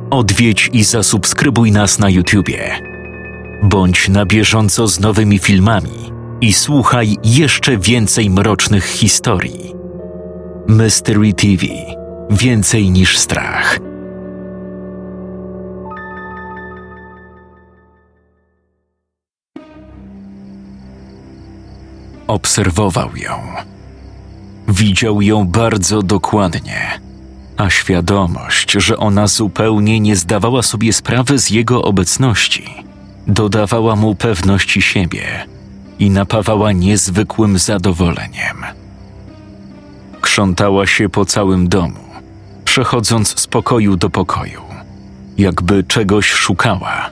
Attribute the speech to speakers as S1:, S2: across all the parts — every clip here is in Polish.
S1: odwiedź i zasubskrybuj nas na YouTubie. Bądź na bieżąco z nowymi filmami i słuchaj jeszcze więcej mrocznych historii. Mystery TV. Więcej niż strach. Obserwował ją. Widział ją bardzo dokładnie, a świadomość, że ona zupełnie nie zdawała sobie sprawy z jego obecności, dodawała mu pewności siebie i napawała niezwykłym zadowoleniem. Krzątała się po całym domu, przechodząc z pokoju do pokoju, jakby czegoś szukała.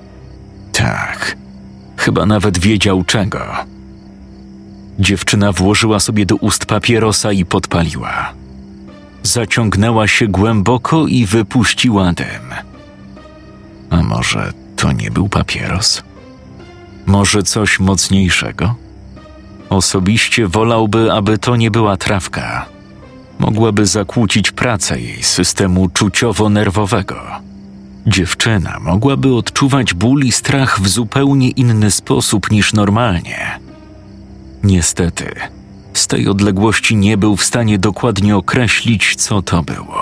S1: Tak, chyba nawet wiedział czego. Dziewczyna włożyła sobie do ust papierosa i podpaliła. Zaciągnęła się głęboko i wypuściła dym. A może to nie był papieros? Może coś mocniejszego? Osobiście wolałby, aby to nie była trawka. Mogłaby zakłócić pracę jej systemu czuciowo-nerwowego. Dziewczyna mogłaby odczuwać ból i strach w zupełnie inny sposób niż normalnie. Niestety, z tej odległości nie był w stanie dokładnie określić, co to było.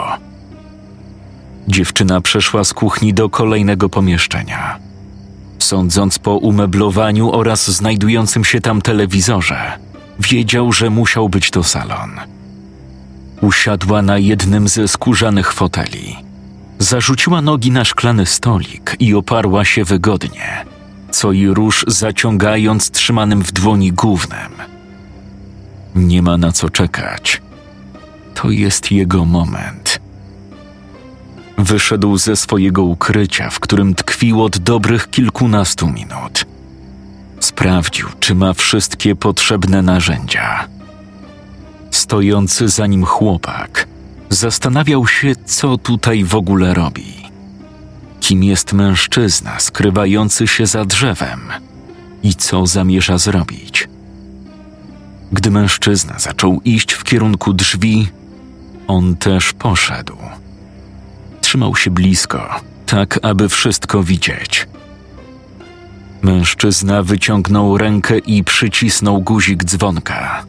S1: Dziewczyna przeszła z kuchni do kolejnego pomieszczenia. Sądząc po umeblowaniu oraz znajdującym się tam telewizorze, wiedział, że musiał być to salon. Usiadła na jednym ze skórzanych foteli. Zarzuciła nogi na szklany stolik i oparła się wygodnie, co i róż zaciągając trzymanym w dłoni gównem. Nie ma na co czekać. To jest jego moment. Wyszedł ze swojego ukrycia, w którym tkwił od dobrych kilkunastu minut. Sprawdził, czy ma wszystkie potrzebne narzędzia. Stojący za nim chłopak zastanawiał się, co tutaj w ogóle robi. Kim jest mężczyzna skrywający się za drzewem i co zamierza zrobić. Gdy mężczyzna zaczął iść w kierunku drzwi, on też poszedł. Trzymał się blisko, tak aby wszystko widzieć. Mężczyzna wyciągnął rękę i przycisnął guzik dzwonka.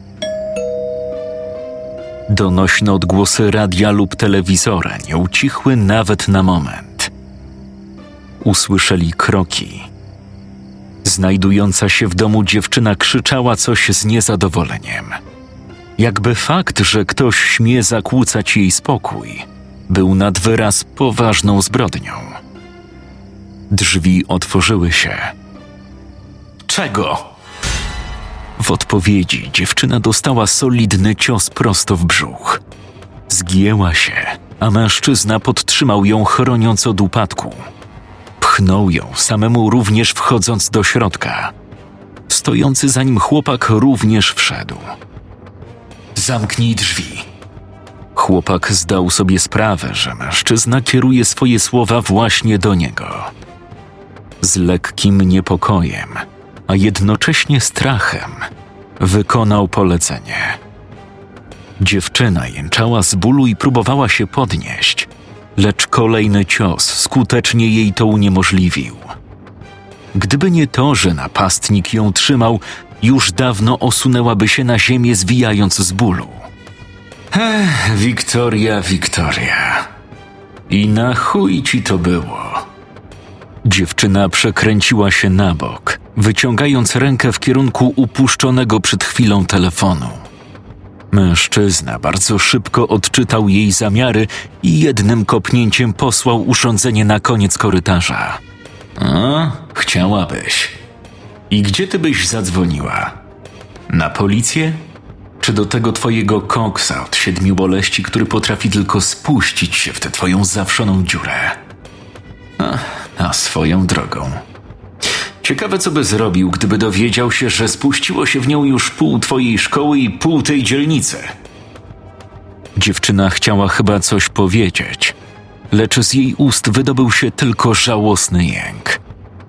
S1: Donośne odgłosy radia lub telewizora nie ucichły nawet na moment. Usłyszeli kroki. Znajdująca się w domu dziewczyna krzyczała coś z niezadowoleniem. Jakby fakt, że ktoś śmie zakłócać jej spokój, był nad wyraz poważną zbrodnią. Drzwi otworzyły się. Czego? W odpowiedzi dziewczyna dostała solidny cios prosto w brzuch. Zgięła się, a mężczyzna podtrzymał ją, chroniąc od upadku. Pchnął ją samemu, również wchodząc do środka. Stojący za nim chłopak również wszedł. Zamknij drzwi. Chłopak zdał sobie sprawę, że mężczyzna kieruje swoje słowa właśnie do niego. Z lekkim niepokojem, a jednocześnie strachem, wykonał polecenie. Dziewczyna jęczała z bólu i próbowała się podnieść, lecz kolejny cios skutecznie jej to uniemożliwił. Gdyby nie to, że napastnik ją trzymał, już dawno osunęłaby się na ziemię, zwijając z bólu. Wiktoria, Wiktoria. I na chuj ci to było? Dziewczyna przekręciła się na bok, wyciągając rękę w kierunku upuszczonego przed chwilą telefonu. Mężczyzna bardzo szybko odczytał jej zamiary i jednym kopnięciem posłał urządzenie na koniec korytarza. Chciałabyś. I gdzie ty byś zadzwoniła? Na policję? Czy do tego twojego koksa od 7 boleści, który potrafi tylko spuścić się w tę twoją zawszoną dziurę? A swoją drogą. Ciekawe, co by zrobił, gdyby dowiedział się, że spuściło się w nią już pół twojej szkoły i pół tej dzielnicy. Dziewczyna chciała chyba coś powiedzieć, lecz z jej ust wydobył się tylko żałosny jęk.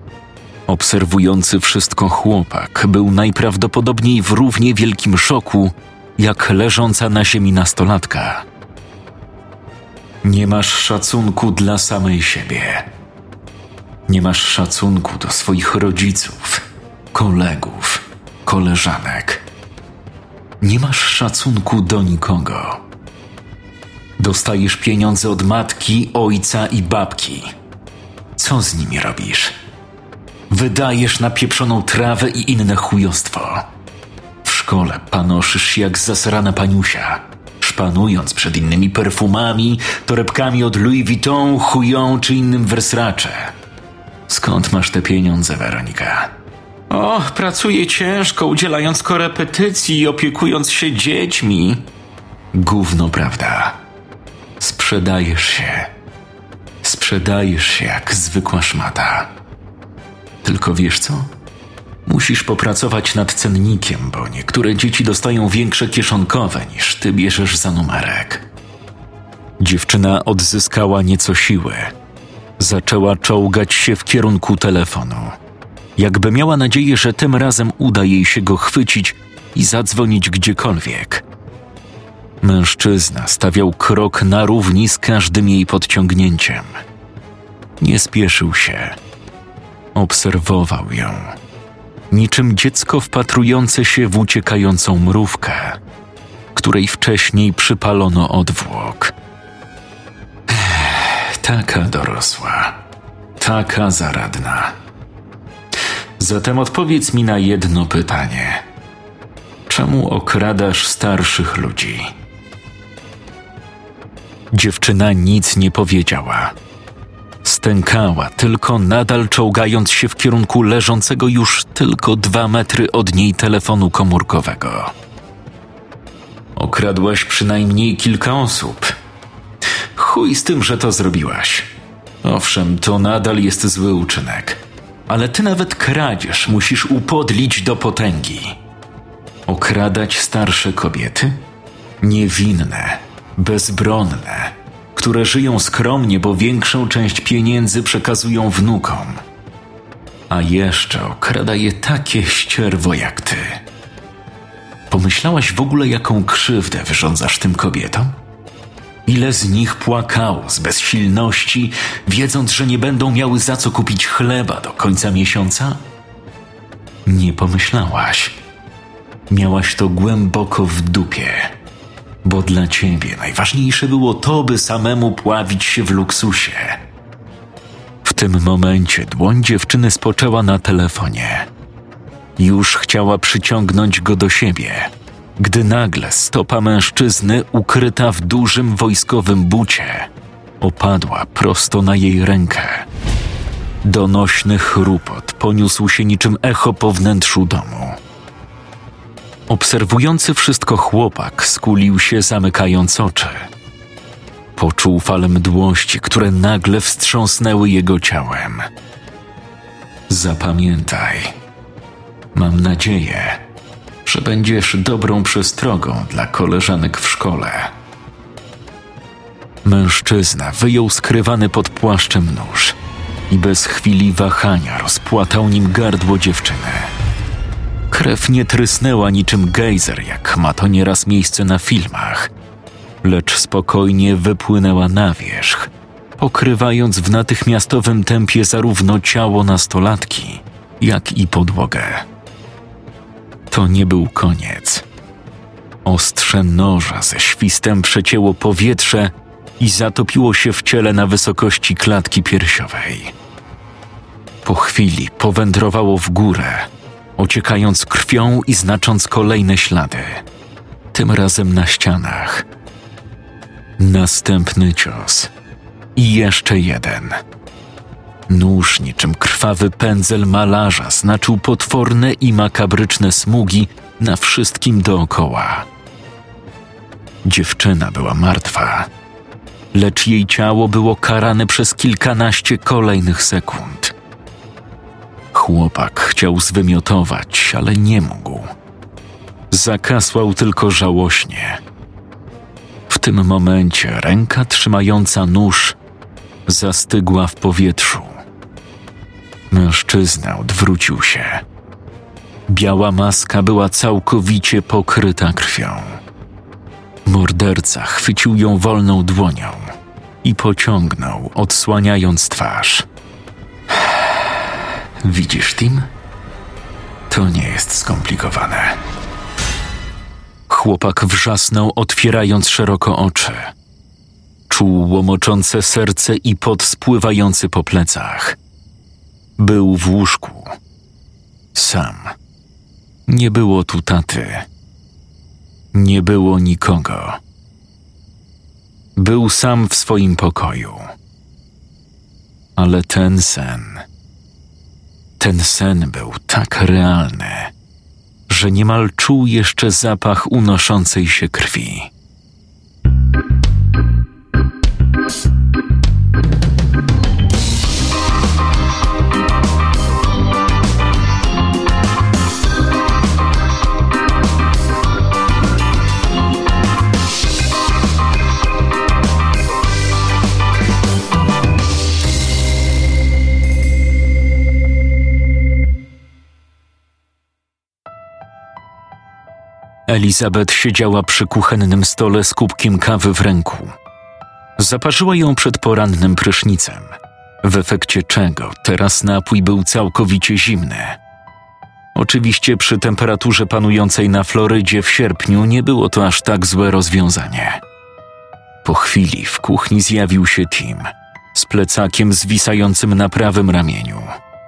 S1: Obserwujący wszystko chłopak był najprawdopodobniej w równie wielkim szoku, jak leżąca na ziemi nastolatka. Nie masz szacunku dla samej siebie. Nie masz szacunku do swoich rodziców, kolegów, koleżanek. Nie masz szacunku do nikogo. Dostajesz pieniądze od matki, ojca i babki. Co z nimi robisz? Wydajesz na pieprzoną trawę i inne chujostwo. W szkole panoszysz się jak zasrana paniusia, szpanując przed innymi perfumami, torebkami od Louis Vuitton, Huyon czy innym Versace. Skąd masz te pieniądze, Weronika? O, pracuję ciężko, udzielając korepetycji i opiekując się dziećmi. Gówno, prawda? Sprzedajesz się. Sprzedajesz się jak zwykła szmata. Tylko wiesz co? Musisz popracować nad cennikiem, bo niektóre dzieci dostają większe kieszonkowe niż ty bierzesz za numerek. Dziewczyna odzyskała nieco siły. Zaczęła czołgać się w kierunku telefonu. Jakby miała nadzieję, że tym razem uda jej się go chwycić i zadzwonić gdziekolwiek. Mężczyzna stawiał krok na równi z każdym jej podciągnięciem. Nie spieszył się. Obserwował ją. Niczym dziecko wpatrujące się w uciekającą mrówkę, której wcześniej przypalono odwłok. Taka dorosła, taka zaradna. Zatem odpowiedz mi na jedno pytanie. Czemu okradasz starszych ludzi? Dziewczyna nic nie powiedziała. Stękała, tylko nadal czołgając się w kierunku leżącego już tylko 2 metry od niej telefonu komórkowego. Okradłaś przynajmniej kilka osób. Chuj z tym, że to zrobiłaś. Owszem, to nadal jest zły uczynek, ale ty nawet kradzież musisz upodlić do potęgi. Okradać starsze kobiety? Niewinne, bezbronne, które żyją skromnie, bo większą część pieniędzy przekazują wnukom. A jeszcze okrada je takie ścierwo jak ty. Pomyślałaś w ogóle, jaką krzywdę wyrządzasz tym kobietom? Ile z nich płakało z bezsilności, wiedząc, że nie będą miały za co kupić chleba do końca miesiąca? Nie pomyślałaś. Miałaś to głęboko w dupie, bo dla ciebie najważniejsze było to, by samemu pławić się w luksusie. W tym momencie dłoń dziewczyny spoczęła na telefonie. Już chciała przyciągnąć go do siebie, gdy nagle stopa mężczyzny ukryta w dużym wojskowym bucie opadła prosto na jej rękę. Donośny chrupot poniósł się niczym echo po wnętrzu domu. Obserwujący wszystko chłopak skulił się, zamykając oczy. Poczuł falę mdłości, które nagle wstrząsnęły jego ciałem. Zapamiętaj. Mam nadzieję, że będziesz dobrą przestrogą dla koleżanek w szkole. Mężczyzna wyjął skrywany pod płaszczem nóż i bez chwili wahania rozpłatał nim gardło dziewczyny. Krew nie trysnęła niczym gejzer, jak ma to nieraz miejsce na filmach, lecz spokojnie wypłynęła na wierzch, pokrywając w natychmiastowym tempie zarówno ciało nastolatki, jak i podłogę. To nie był koniec. Ostrze noża ze świstem przecięło powietrze i zatopiło się w ciele na wysokości klatki piersiowej. Po chwili powędrowało w górę, ociekając krwią i znacząc kolejne ślady, tym razem na ścianach. Następny cios i jeszcze jeden. Nóż niczym krwawy pędzel malarza znaczył potworne i makabryczne smugi na wszystkim dookoła. Dziewczyna była martwa, lecz jej ciało było karane przez kilkanaście kolejnych sekund. Chłopak chciał zwymiotować, ale nie mógł. Zakasłał tylko żałośnie. W tym momencie ręka trzymająca nóż zastygła w powietrzu. Mężczyzna odwrócił się. Biała maska była całkowicie pokryta krwią. Morderca chwycił ją wolną dłonią i pociągnął, odsłaniając twarz. Widzisz, Tim? To nie jest skomplikowane. Chłopak wrzasnął, otwierając szeroko oczy. Czuł łomoczące serce i pot spływający po plecach. Był w łóżku. Sam. Nie było tu taty. Nie było nikogo. Był sam w swoim pokoju. Ale ten sen był tak realny, że niemal czuł jeszcze zapach unoszącej się krwi. Elizabeth siedziała przy kuchennym stole z kubkiem kawy w ręku. Zaparzyła ją przed porannym prysznicem, w efekcie czego teraz napój był całkowicie zimny. Oczywiście przy temperaturze panującej na Florydzie w sierpniu nie było to aż tak złe rozwiązanie. Po chwili w kuchni zjawił się Tim z plecakiem zwisającym na prawym ramieniu.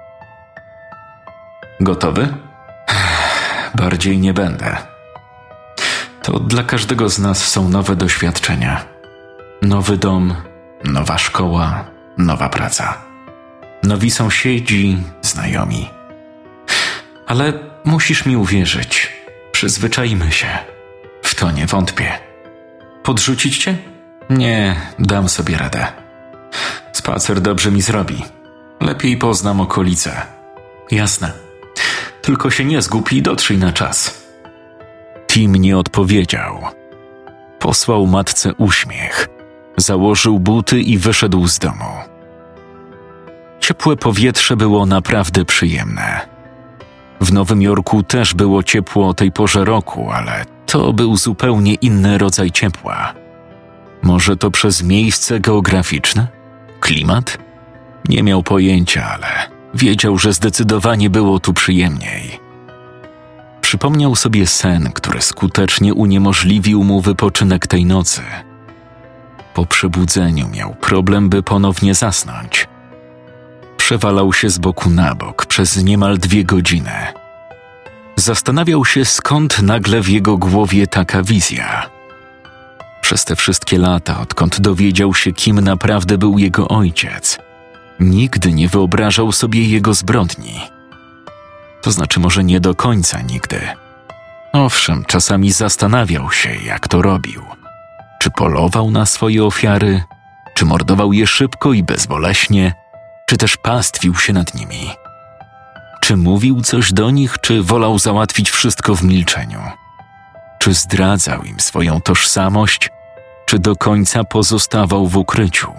S1: Gotowy? Bardziej nie będę. To dla każdego z nas są nowe doświadczenia. Nowy dom, nowa szkoła, nowa praca. Nowi sąsiedzi, znajomi. Ale musisz mi uwierzyć, przyzwyczajmy się. W to nie wątpię. Podrzucić cię? Nie, dam sobie radę. Spacer dobrze mi zrobi. Lepiej poznam okolice. Jasne. Tylko się nie zgub i dotrzyj na czas. Tim nie odpowiedział. Posłał matce uśmiech, założył buty i wyszedł z domu. Ciepłe powietrze było naprawdę przyjemne. W Nowym Jorku też było ciepło o tej porze roku, ale to był zupełnie inny rodzaj ciepła. Może to przez miejsce geograficzne? Klimat? Nie miał pojęcia, ale wiedział, że zdecydowanie było tu przyjemniej. Przypomniał sobie sen, który skutecznie uniemożliwił mu wypoczynek tej nocy. Po przebudzeniu miał problem, by ponownie zasnąć. Przewalał się z boku na bok przez niemal 2 godziny. Zastanawiał się, skąd nagle w jego głowie taka wizja. Przez te wszystkie lata, odkąd dowiedział się, kim naprawdę był jego ojciec, nigdy nie wyobrażał sobie jego zbrodni. To znaczy może nie do końca nigdy. Owszem, czasami zastanawiał się, jak to robił. Czy polował na swoje ofiary, czy mordował je szybko i bezboleśnie, czy też pastwił się nad nimi. Czy mówił coś do nich, czy wolał załatwić wszystko w milczeniu. Czy zdradzał im swoją tożsamość, czy do końca pozostawał w ukryciu.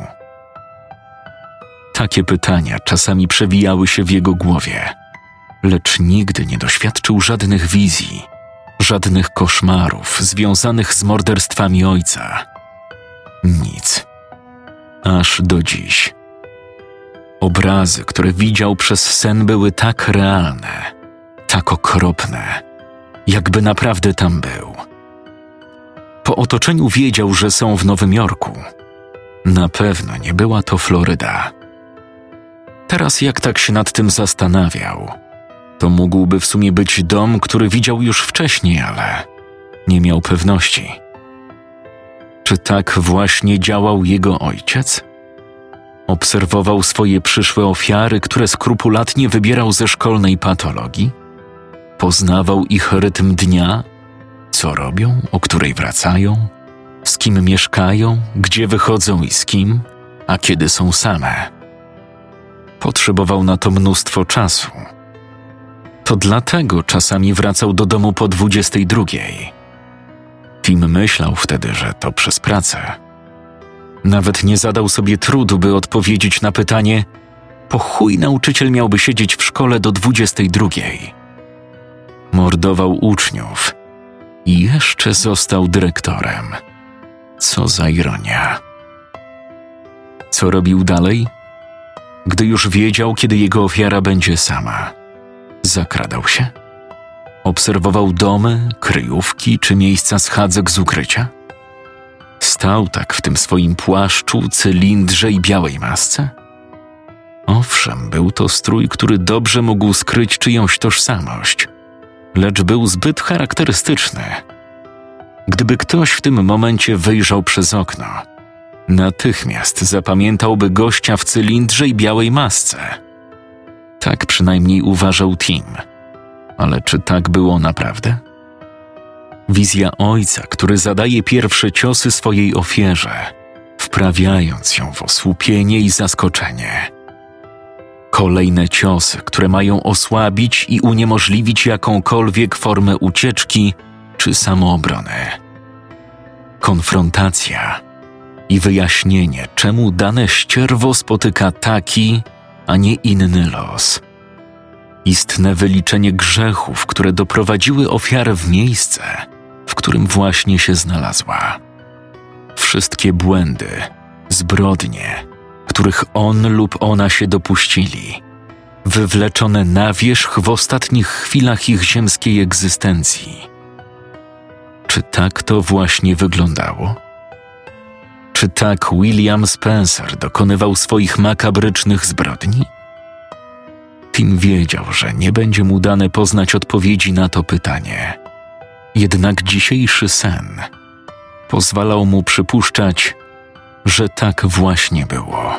S1: Takie pytania czasami przewijały się w jego głowie, lecz nigdy nie doświadczył żadnych wizji, żadnych koszmarów związanych z morderstwami ojca. Nic. Aż do dziś. Obrazy, które widział przez sen, były tak realne, tak okropne, jakby naprawdę tam był. Po otoczeniu wiedział, że są w Nowym Jorku. Na pewno nie była to Floryda. Teraz jak tak się nad tym zastanawiał, to mógłby w sumie być dom, który widział już wcześniej, ale nie miał pewności. Czy tak właśnie działał jego ojciec? Obserwował swoje przyszłe ofiary, które skrupulatnie wybierał ze szkolnej patologii? Poznawał ich rytm dnia? Co robią, o której wracają? Z kim mieszkają, gdzie wychodzą i z kim, a kiedy są same? Potrzebował na to mnóstwo czasu. To dlatego czasami wracał do domu po 22. Tim myślał wtedy, że to przez pracę. Nawet nie zadał sobie trudu, by odpowiedzieć na pytanie, po chuj nauczyciel miałby siedzieć w szkole do 22. Mordował uczniów i jeszcze został dyrektorem. Co za ironia. co robił dalej? Gdy już wiedział, kiedy jego ofiara będzie sama, zakradał się? Obserwował domy, kryjówki czy miejsca schadzek z ukrycia? Stał tak w tym swoim płaszczu, cylindrze i białej masce? Owszem, był to strój, który dobrze mógł skryć czyjąś tożsamość, lecz był zbyt charakterystyczny. Gdyby ktoś w tym momencie wyjrzał przez okno, natychmiast zapamiętałby gościa w cylindrze i białej masce. Tak przynajmniej uważał Tim. Ale czy tak było naprawdę? Wizja ojca, który zadaje pierwsze ciosy swojej ofierze, wprawiając ją w osłupienie i zaskoczenie. Kolejne ciosy, które mają osłabić i uniemożliwić jakąkolwiek formę ucieczki czy samoobrony. Konfrontacja i wyjaśnienie, czemu dane ścierwo spotyka taki, a nie inny los. Istne wyliczenie grzechów, które doprowadziły ofiarę w miejsce, w którym właśnie się znalazła. Wszystkie błędy, zbrodnie, których on lub ona się dopuścili, wywleczone na wierzch w ostatnich chwilach ich ziemskiej egzystencji. Czy tak to właśnie wyglądało? Czy tak William Spencer dokonywał swoich makabrycznych zbrodni? Tim wiedział, że nie będzie mu dane poznać odpowiedzi na to pytanie. Jednak dzisiejszy sen pozwalał mu przypuszczać, że tak właśnie było.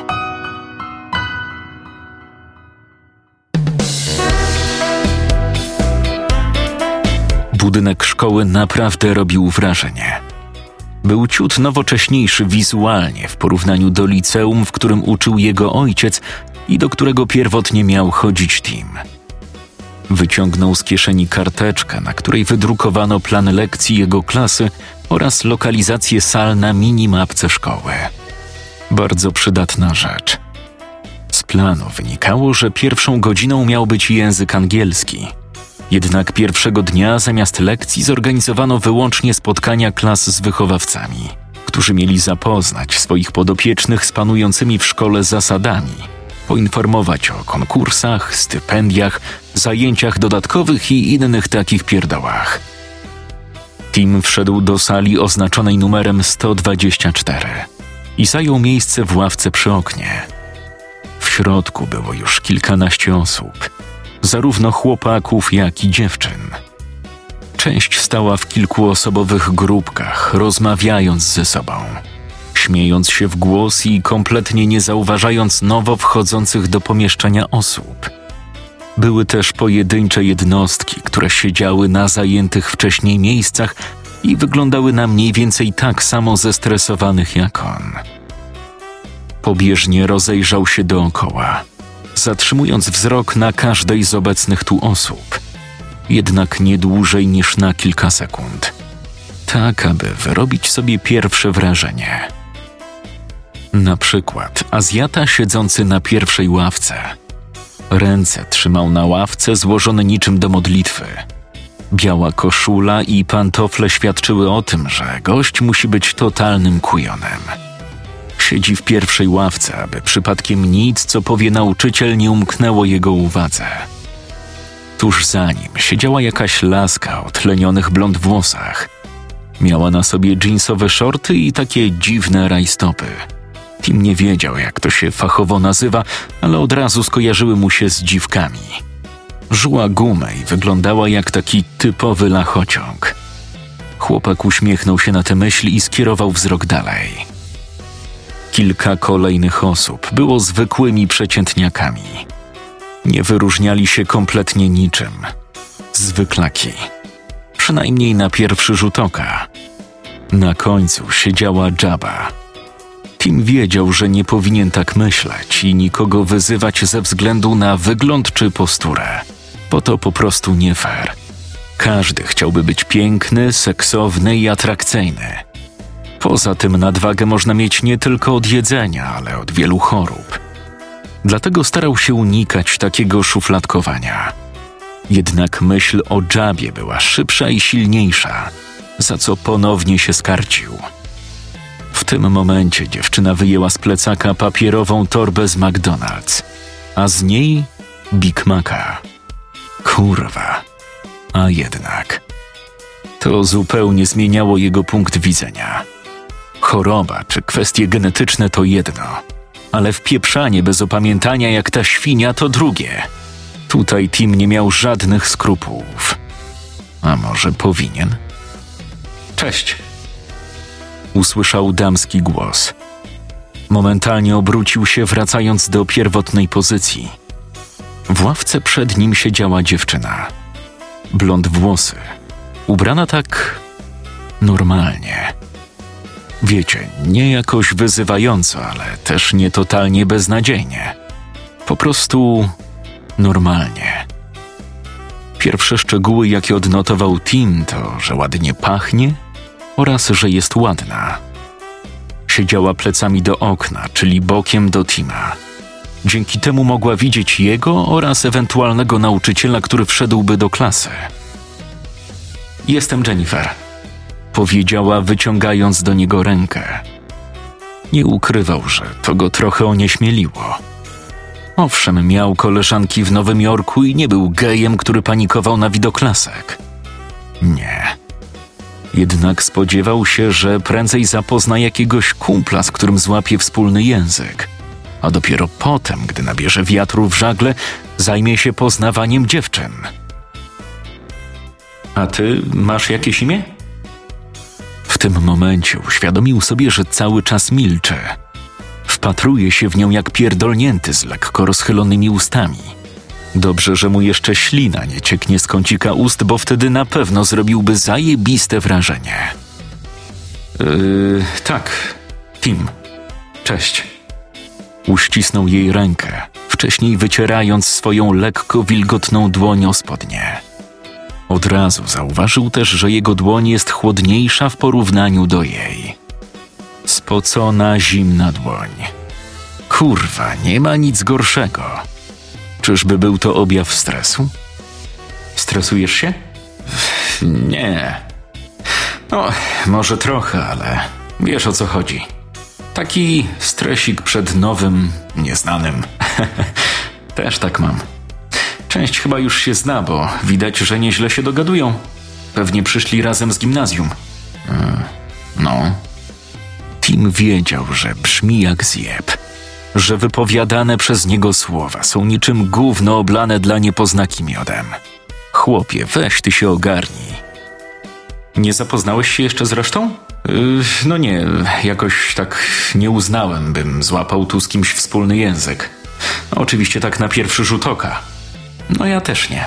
S1: Budynek szkoły naprawdę robił wrażenie. Był ciut nowocześniejszy wizualnie w porównaniu do liceum, w którym uczył jego ojciec i do którego pierwotnie miał chodzić Tim. Wyciągnął z kieszeni karteczkę, na której wydrukowano plan lekcji jego klasy oraz lokalizację sal na minimapce szkoły. Bardzo przydatna rzecz. Z planu wynikało, że pierwszą godziną miał być język angielski. Jednak pierwszego dnia zamiast lekcji zorganizowano wyłącznie spotkania klas z wychowawcami, którzy mieli zapoznać swoich podopiecznych z panującymi w szkole zasadami, poinformować o konkursach, stypendiach, zajęciach dodatkowych i innych takich pierdołach. Tim wszedł do sali oznaczonej numerem 124 i zajął miejsce w ławce przy oknie. W środku było już kilkanaście osób, zarówno chłopaków, jak i dziewczyn. Część stała w kilkuosobowych grupkach, rozmawiając ze sobą, śmiejąc się w głos i kompletnie nie zauważając nowo wchodzących do pomieszczenia osób. Były też pojedyncze jednostki, które siedziały na zajętych wcześniej miejscach i wyglądały na mniej więcej tak samo zestresowanych jak on. Pobieżnie rozejrzał się dookoła, zatrzymując wzrok na każdej z obecnych tu osób, jednak nie dłużej niż na kilka sekund, tak aby wyrobić sobie pierwsze wrażenie. Na przykład Azjata siedzący na pierwszej ławce. Ręce trzymał na ławce złożone niczym do modlitwy. Biała koszula i pantofle świadczyły o tym, że gość musi być totalnym kujonem. Siedzi w pierwszej ławce, aby przypadkiem nic, co powie nauczyciel, nie umknęło jego uwadze. Tuż za nim siedziała jakaś laska o tlenionych blond włosach. Miała na sobie dżinsowe szorty i takie dziwne rajstopy. Tim nie wiedział, jak to się fachowo nazywa, ale od razu skojarzyły mu się z dziwkami. Żuła gumę i wyglądała jak taki typowy lachociąg. Chłopak uśmiechnął się na tę myśl i skierował wzrok dalej. Kilka kolejnych osób było zwykłymi przeciętniakami. Nie wyróżniali się kompletnie niczym. Zwyklaki. Przynajmniej na pierwszy rzut oka. Na końcu siedziała Jabba. Tim wiedział, że nie powinien tak myśleć i nikogo wyzywać ze względu na wygląd czy posturę, bo to po prostu nie fair. Każdy chciałby być piękny, seksowny i atrakcyjny. Poza tym nadwagę można mieć nie tylko od jedzenia, ale od wielu chorób. Dlatego starał się unikać takiego szufladkowania. Jednak myśl o Jabbie była szybsza i silniejsza, za co ponownie się skarcił. W tym momencie dziewczyna wyjęła z plecaka papierową torbę z McDonald's, a z niej Big Maca. Kurwa. A jednak. To zupełnie zmieniało jego punkt widzenia. Choroba czy kwestie genetyczne to jedno, ale wpieprzanie bez opamiętania jak ta świnia to drugie. Tutaj Tim nie miał żadnych skrupułów. A może powinien? Cześć. Usłyszał damski głos. Momentalnie obrócił się, wracając do pierwotnej pozycji. W ławce przed nim siedziała dziewczyna. Blond włosy. Ubrana tak normalnie. Wiecie, nie jakoś wyzywająco, ale też nie totalnie beznadziejnie. Po prostu normalnie. Pierwsze szczegóły, jakie odnotował Tim, to, że ładnie pachnie oraz, że jest ładna. Siedziała plecami do okna, czyli bokiem do Tima. Dzięki temu mogła widzieć jego oraz ewentualnego nauczyciela, który wszedłby do klasy. Jestem Jennifer, powiedziała, wyciągając do niego rękę. Nie ukrywał, że to go trochę onieśmieliło. Owszem, miał koleżanki w Nowym Jorku i nie był gejem, który panikował na widok lasek. Nie. Jednak spodziewał się, że prędzej zapozna jakiegoś kumpla, z którym złapie wspólny język, a dopiero potem, gdy nabierze wiatru w żagle, zajmie się poznawaniem dziewczyn. A ty masz jakieś imię? W tym momencie uświadomił sobie, że cały czas milczy. Wpatruje się w nią jak pierdolnięty z lekko rozchylonymi ustami. Dobrze, że mu jeszcze ślina nie cieknie z kącika ust, bo wtedy na pewno zrobiłby zajebiste wrażenie. Tak, Tim. Cześć. Uścisnął jej rękę, wcześniej wycierając swoją lekko wilgotną dłoń o spodnie. Od razu zauważył też, że jego dłoń jest chłodniejsza w porównaniu do jej. Spocona, zimna dłoń. Kurwa, nie ma nic gorszego. Czyżby był to objaw stresu? Stresujesz się? Nie. No, może trochę, ale wiesz, o co chodzi. Taki stresik przed nowym, nieznanym. Też tak mam. Część chyba już się zna, bo widać, że nieźle się dogadują. Pewnie przyszli razem z gimnazjum. No. Tim wiedział, że brzmi jak zjeb. Że wypowiadane przez niego słowa są niczym gówno oblane dla niepoznaki miodem. Chłopie, weź ty się ogarnij. Nie zapoznałeś się jeszcze z resztą? No nie, jakoś tak nie uznałem, bym złapał tu z kimś wspólny język. Oczywiście tak na pierwszy rzut oka. No ja też nie.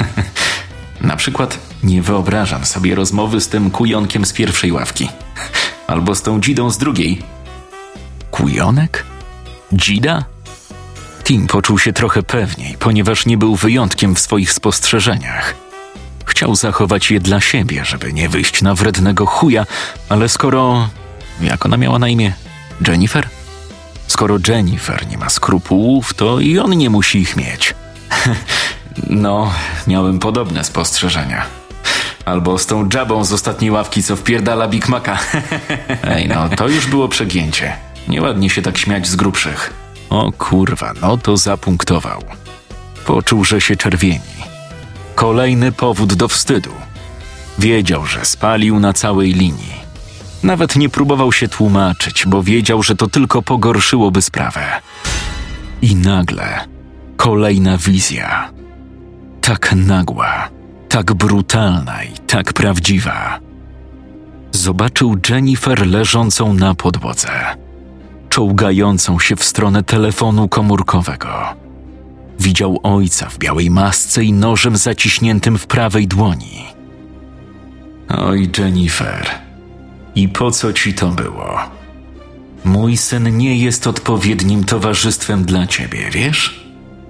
S1: Na przykład nie wyobrażam sobie rozmowy z tym kujonkiem z pierwszej ławki. Albo z tą dzidą z drugiej. Kujonek? Dzida? Tim poczuł się trochę pewniej, ponieważ nie był wyjątkiem w swoich spostrzeżeniach. Chciał zachować je dla siebie, żeby nie wyjść na wrednego chuja, ale skoro... Jak ona miała na imię? Jennifer? Skoro Jennifer nie ma skrupułów, to i on nie musi ich mieć. No, miałem podobne spostrzeżenia. Albo z tą dżabą z ostatniej ławki, co wpierdala Big Maca. Ej, no, to już było przegięcie. Nieładnie się tak śmiać z grubszych. O kurwa, no to zapunktował. Poczuł, że się czerwieni. Kolejny powód do wstydu. Wiedział, że spalił na całej linii. Nawet nie próbował się tłumaczyć, bo wiedział, że to tylko pogorszyłoby sprawę. I nagle kolejna wizja. Tak nagła, tak brutalna i tak prawdziwa. Zobaczył Jennifer leżącą na podłodze, czołgającą się w stronę telefonu komórkowego. Widział ojca w białej masce i nożem zaciśniętym w prawej dłoni. Oj, Jennifer, i po co ci to było? Mój syn nie jest odpowiednim towarzystwem dla ciebie, wiesz?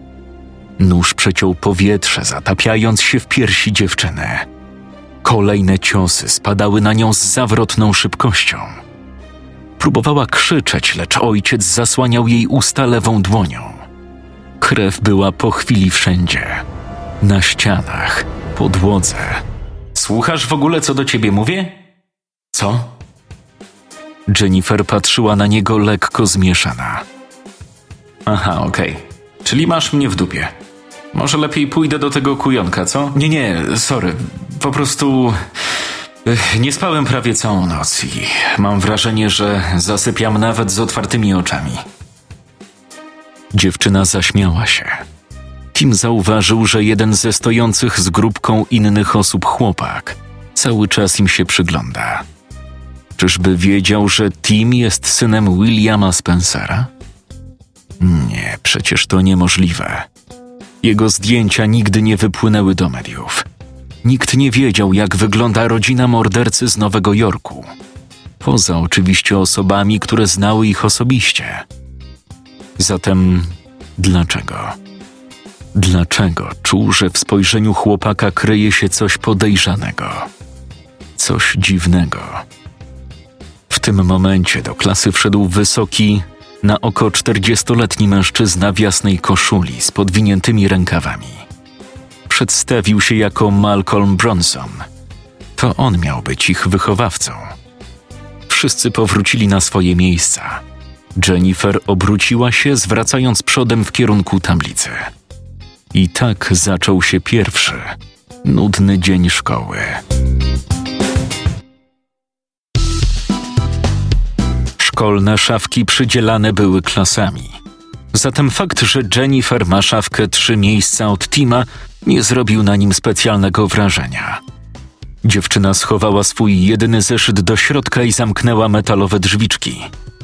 S1: Nóż przeciął powietrze, zatapiając się w piersi dziewczyny. Kolejne ciosy spadały na nią z zawrotną szybkością. Próbowała krzyczeć, lecz ojciec zasłaniał jej usta lewą dłonią. Krew była po chwili wszędzie. Na ścianach, podłodze. Słuchasz w ogóle, co do ciebie mówię? Co? Jennifer patrzyła na niego lekko zmieszana. Aha, okej. Czyli masz mnie w dupie. Może lepiej pójdę do tego kujonka, co? Nie, sorry. Po prostu nie spałem prawie całą noc i mam wrażenie, że zasypiam nawet z otwartymi oczami. Dziewczyna zaśmiała się. Tim zauważył, że jeden ze stojących z grupką innych osób chłopak cały czas im się przygląda. Czyżby wiedział, że Tim jest synem Williama Spencera? Nie, przecież to niemożliwe. Jego zdjęcia nigdy nie wypłynęły do mediów. Nikt nie wiedział, jak wygląda rodzina mordercy z Nowego Jorku. Poza oczywiście osobami, które znały ich osobiście. Zatem dlaczego? Dlaczego czuł, że w spojrzeniu chłopaka kryje się coś podejrzanego? Coś dziwnego. W tym momencie do klasy wszedł wysoki, na oko 40-letni mężczyzna w jasnej koszuli z podwiniętymi rękawami. Przedstawił się jako Malcolm Bronson. To on miał być ich wychowawcą. Wszyscy powrócili na swoje miejsca. Jennifer obróciła się, zwracając przodem w kierunku tablicy. I tak zaczął się pierwszy, nudny dzień szkoły. Szkolne szafki przydzielane były klasami. Zatem fakt, że Jennifer ma szafkę 3 miejsca od Tima, nie zrobił na nim specjalnego wrażenia. Dziewczyna schowała swój jedyny zeszyt do środka i zamknęła metalowe drzwiczki.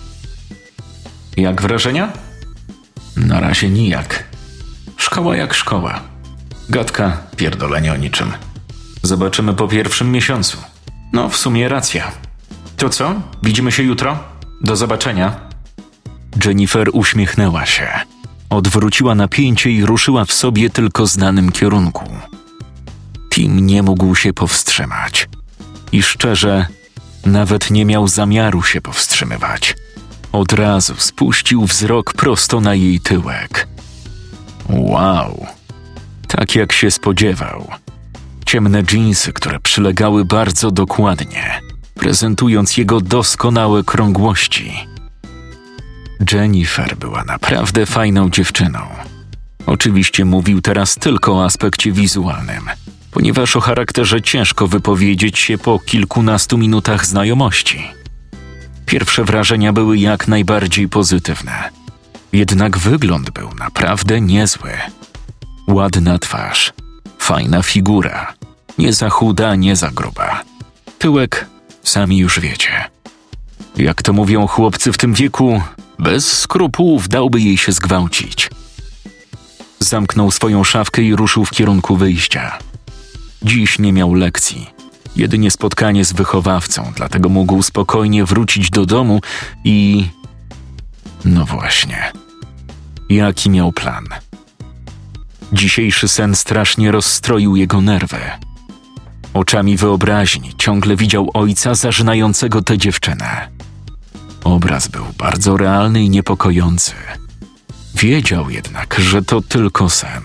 S1: Jak wrażenia? Na razie nijak. Szkoła jak szkoła. Gadka, pierdolenie o niczym. Zobaczymy po pierwszym miesiącu. No, w sumie racja. To co? Widzimy się jutro? Do zobaczenia. Jennifer uśmiechnęła się. Odwróciła napięcie i ruszyła w sobie tylko znanym kierunku. Tim nie mógł się powstrzymać. I szczerze, nawet nie miał zamiaru się powstrzymywać. Od razu spuścił wzrok prosto na jej tyłek. Wow! Tak jak się spodziewał. Ciemne dżinsy, które przylegały bardzo dokładnie, prezentując jego doskonałe krągłości. Jennifer była naprawdę fajną dziewczyną. Oczywiście mówił teraz tylko o aspekcie wizualnym, ponieważ o charakterze ciężko wypowiedzieć się po kilkunastu minutach znajomości. Pierwsze wrażenia były jak najbardziej pozytywne. Jednak wygląd był naprawdę niezły. Ładna twarz, fajna figura, nie za chuda, nie za gruba. Tyłek, sami już wiecie. Jak to mówią chłopcy w tym wieku, bez skrupułów dałby jej się zgwałcić. Zamknął swoją szafkę i ruszył w kierunku wyjścia. Dziś nie miał lekcji, jedynie spotkanie z wychowawcą, dlatego mógł spokojnie wrócić do domu i... No właśnie. Jaki miał plan? Dzisiejszy sen strasznie rozstroił jego nerwy. Oczami wyobraźni ciągle widział ojca zażynającego tę dziewczynę. Obraz był bardzo realny i niepokojący. Wiedział jednak, że to tylko sen.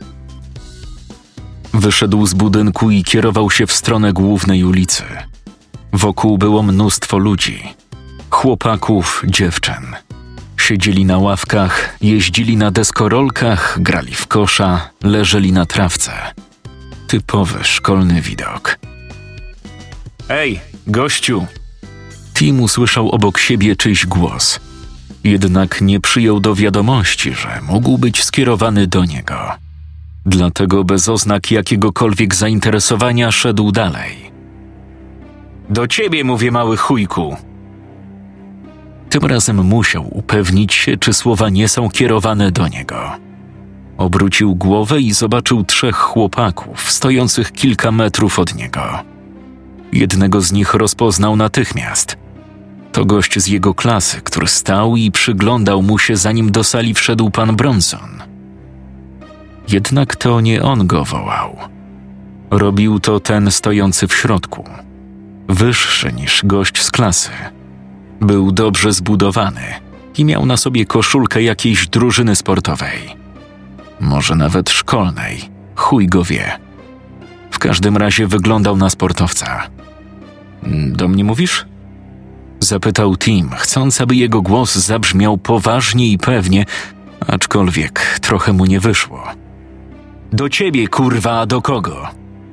S1: Wyszedł z budynku i kierował się w stronę głównej ulicy. Wokół było mnóstwo ludzi. Chłopaków, dziewczyn. Siedzieli na ławkach, jeździli na deskorolkach, grali w kosza, leżeli na trawce. Typowy szkolny widok. Ej, gościu! Tim usłyszał obok siebie czyjś głos. Jednak nie przyjął do wiadomości, że mógł być skierowany do niego. Dlatego bez oznak jakiegokolwiek zainteresowania szedł dalej. Do ciebie mówię, mały chujku! Tym razem musiał upewnić się, czy słowa nie są kierowane do niego. Obrócił głowę i zobaczył 3 chłopaków stojących kilka metrów od niego. Jednego z nich rozpoznał natychmiast. To gość z jego klasy, który stał i przyglądał mu się, zanim do sali wszedł pan Bronson. Jednak to nie on go wołał. Robił to ten stojący w środku. Wyższy niż gość z klasy. Był dobrze zbudowany i miał na sobie koszulkę jakiejś drużyny sportowej. Może nawet szkolnej, chuj go wie. W każdym razie wyglądał na sportowca. Do mnie mówisz? Zapytał Tim, chcąc, aby jego głos zabrzmiał poważnie i pewnie, aczkolwiek trochę mu nie wyszło. Do ciebie, kurwa, a do kogo?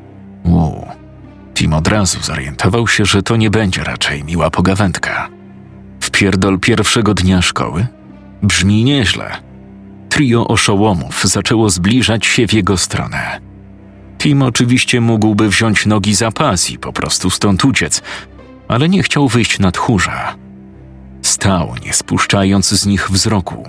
S1: Tim od razu zorientował się, że to nie będzie raczej miła pogawędka. Wpierdol pierwszego dnia szkoły? Brzmi nieźle. Trio oszołomów zaczęło zbliżać się w jego stronę. Tim oczywiście mógłby wziąć nogi za pas i po prostu stąd uciec, ale nie chciał wyjść na tchórza. Stał, nie spuszczając z nich wzroku.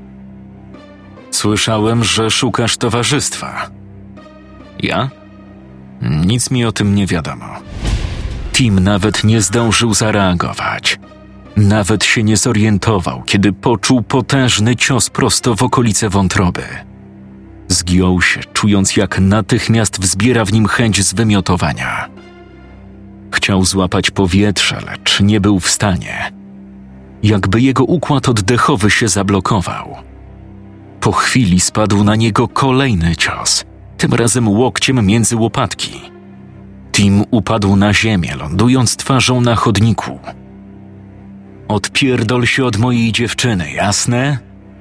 S1: Słyszałem, że szukasz towarzystwa. Ja? Nic mi o tym nie wiadomo. Tim nawet nie zdążył zareagować. Nawet się nie zorientował, kiedy poczuł potężny cios prosto w okolice wątroby. Zgiął się, czując, jak natychmiast wzbiera w nim chęć zwymiotowania. Chciał złapać powietrze, lecz nie był w stanie. Jakby jego układ oddechowy się zablokował. Po chwili spadł na niego kolejny cios, tym razem łokciem między łopatki. Tim upadł na ziemię, lądując twarzą na chodniku. Odpierdol się od mojej dziewczyny, jasne?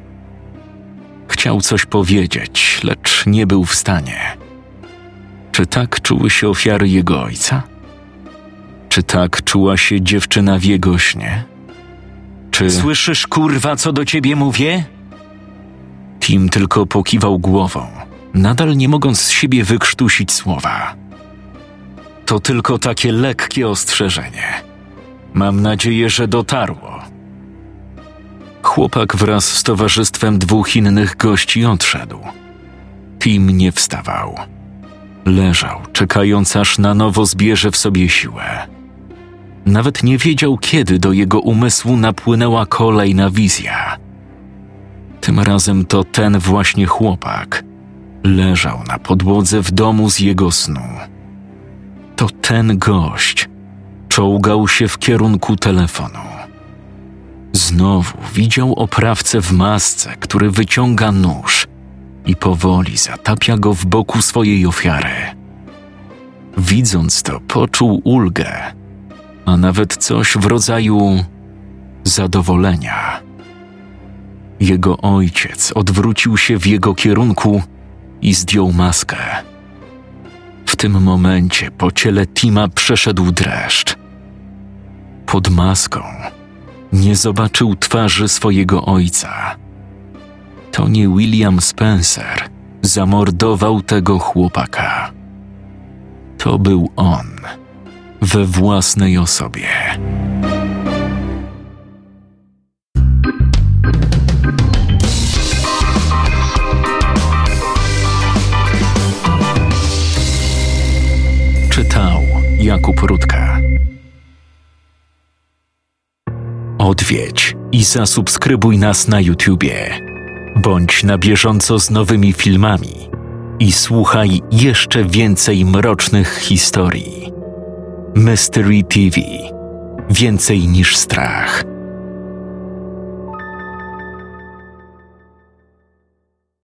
S1: Chciał coś powiedzieć, lecz nie był w stanie. Czy tak czuły się ofiary jego ojca? Czy tak czuła się dziewczyna w jego śnie? Czy... Słyszysz, kurwa, co do ciebie mówię? Tim tylko pokiwał głową, nadal nie mogąc z siebie wykrztusić słowa. To tylko takie lekkie ostrzeżenie. Mam nadzieję, że dotarło. Chłopak wraz z towarzystwem 2 innych gości odszedł. Tim nie wstawał. Leżał, czekając, aż na nowo zbierze w sobie siłę. Nawet nie wiedział, kiedy do jego umysłu napłynęła kolejna wizja. Tym razem to ten właśnie chłopak leżał na podłodze w domu z jego snu. To ten gość czołgał się w kierunku telefonu. Znowu widział oprawcę w masce, który wyciąga nóż i powoli zatapia go w boku swojej ofiary. Widząc to, poczuł ulgę, a nawet coś w rodzaju zadowolenia. Jego ojciec odwrócił się w jego kierunku i zdjął maskę. W tym momencie po ciele Tima przeszedł dreszcz. Pod maską nie zobaczył twarzy swojego ojca. To nie William Spencer zamordował tego chłopaka. To był on, we własnej osobie. Czytał Jakub Rutka. Odwiedź i zasubskrybuj nas na YouTubie. Bądź na bieżąco z nowymi filmami i słuchaj jeszcze więcej mrocznych historii. Mystery TV. Więcej niż strach.